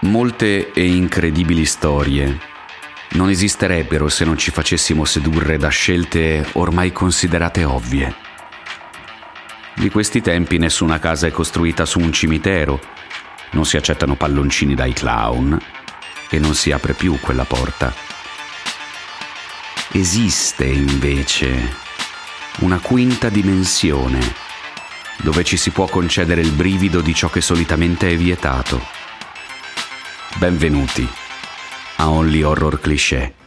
Molte e incredibili storie non esisterebbero se non ci facessimo sedurre da scelte ormai considerate ovvie. Di questi tempi nessuna casa è costruita su un cimitero, non si accettano palloncini dai clown e non si apre più quella porta. Esiste invece una quinta dimensione dove ci si può concedere il brivido di ciò che solitamente è vietato. Benvenuti a Only Horror Cliché.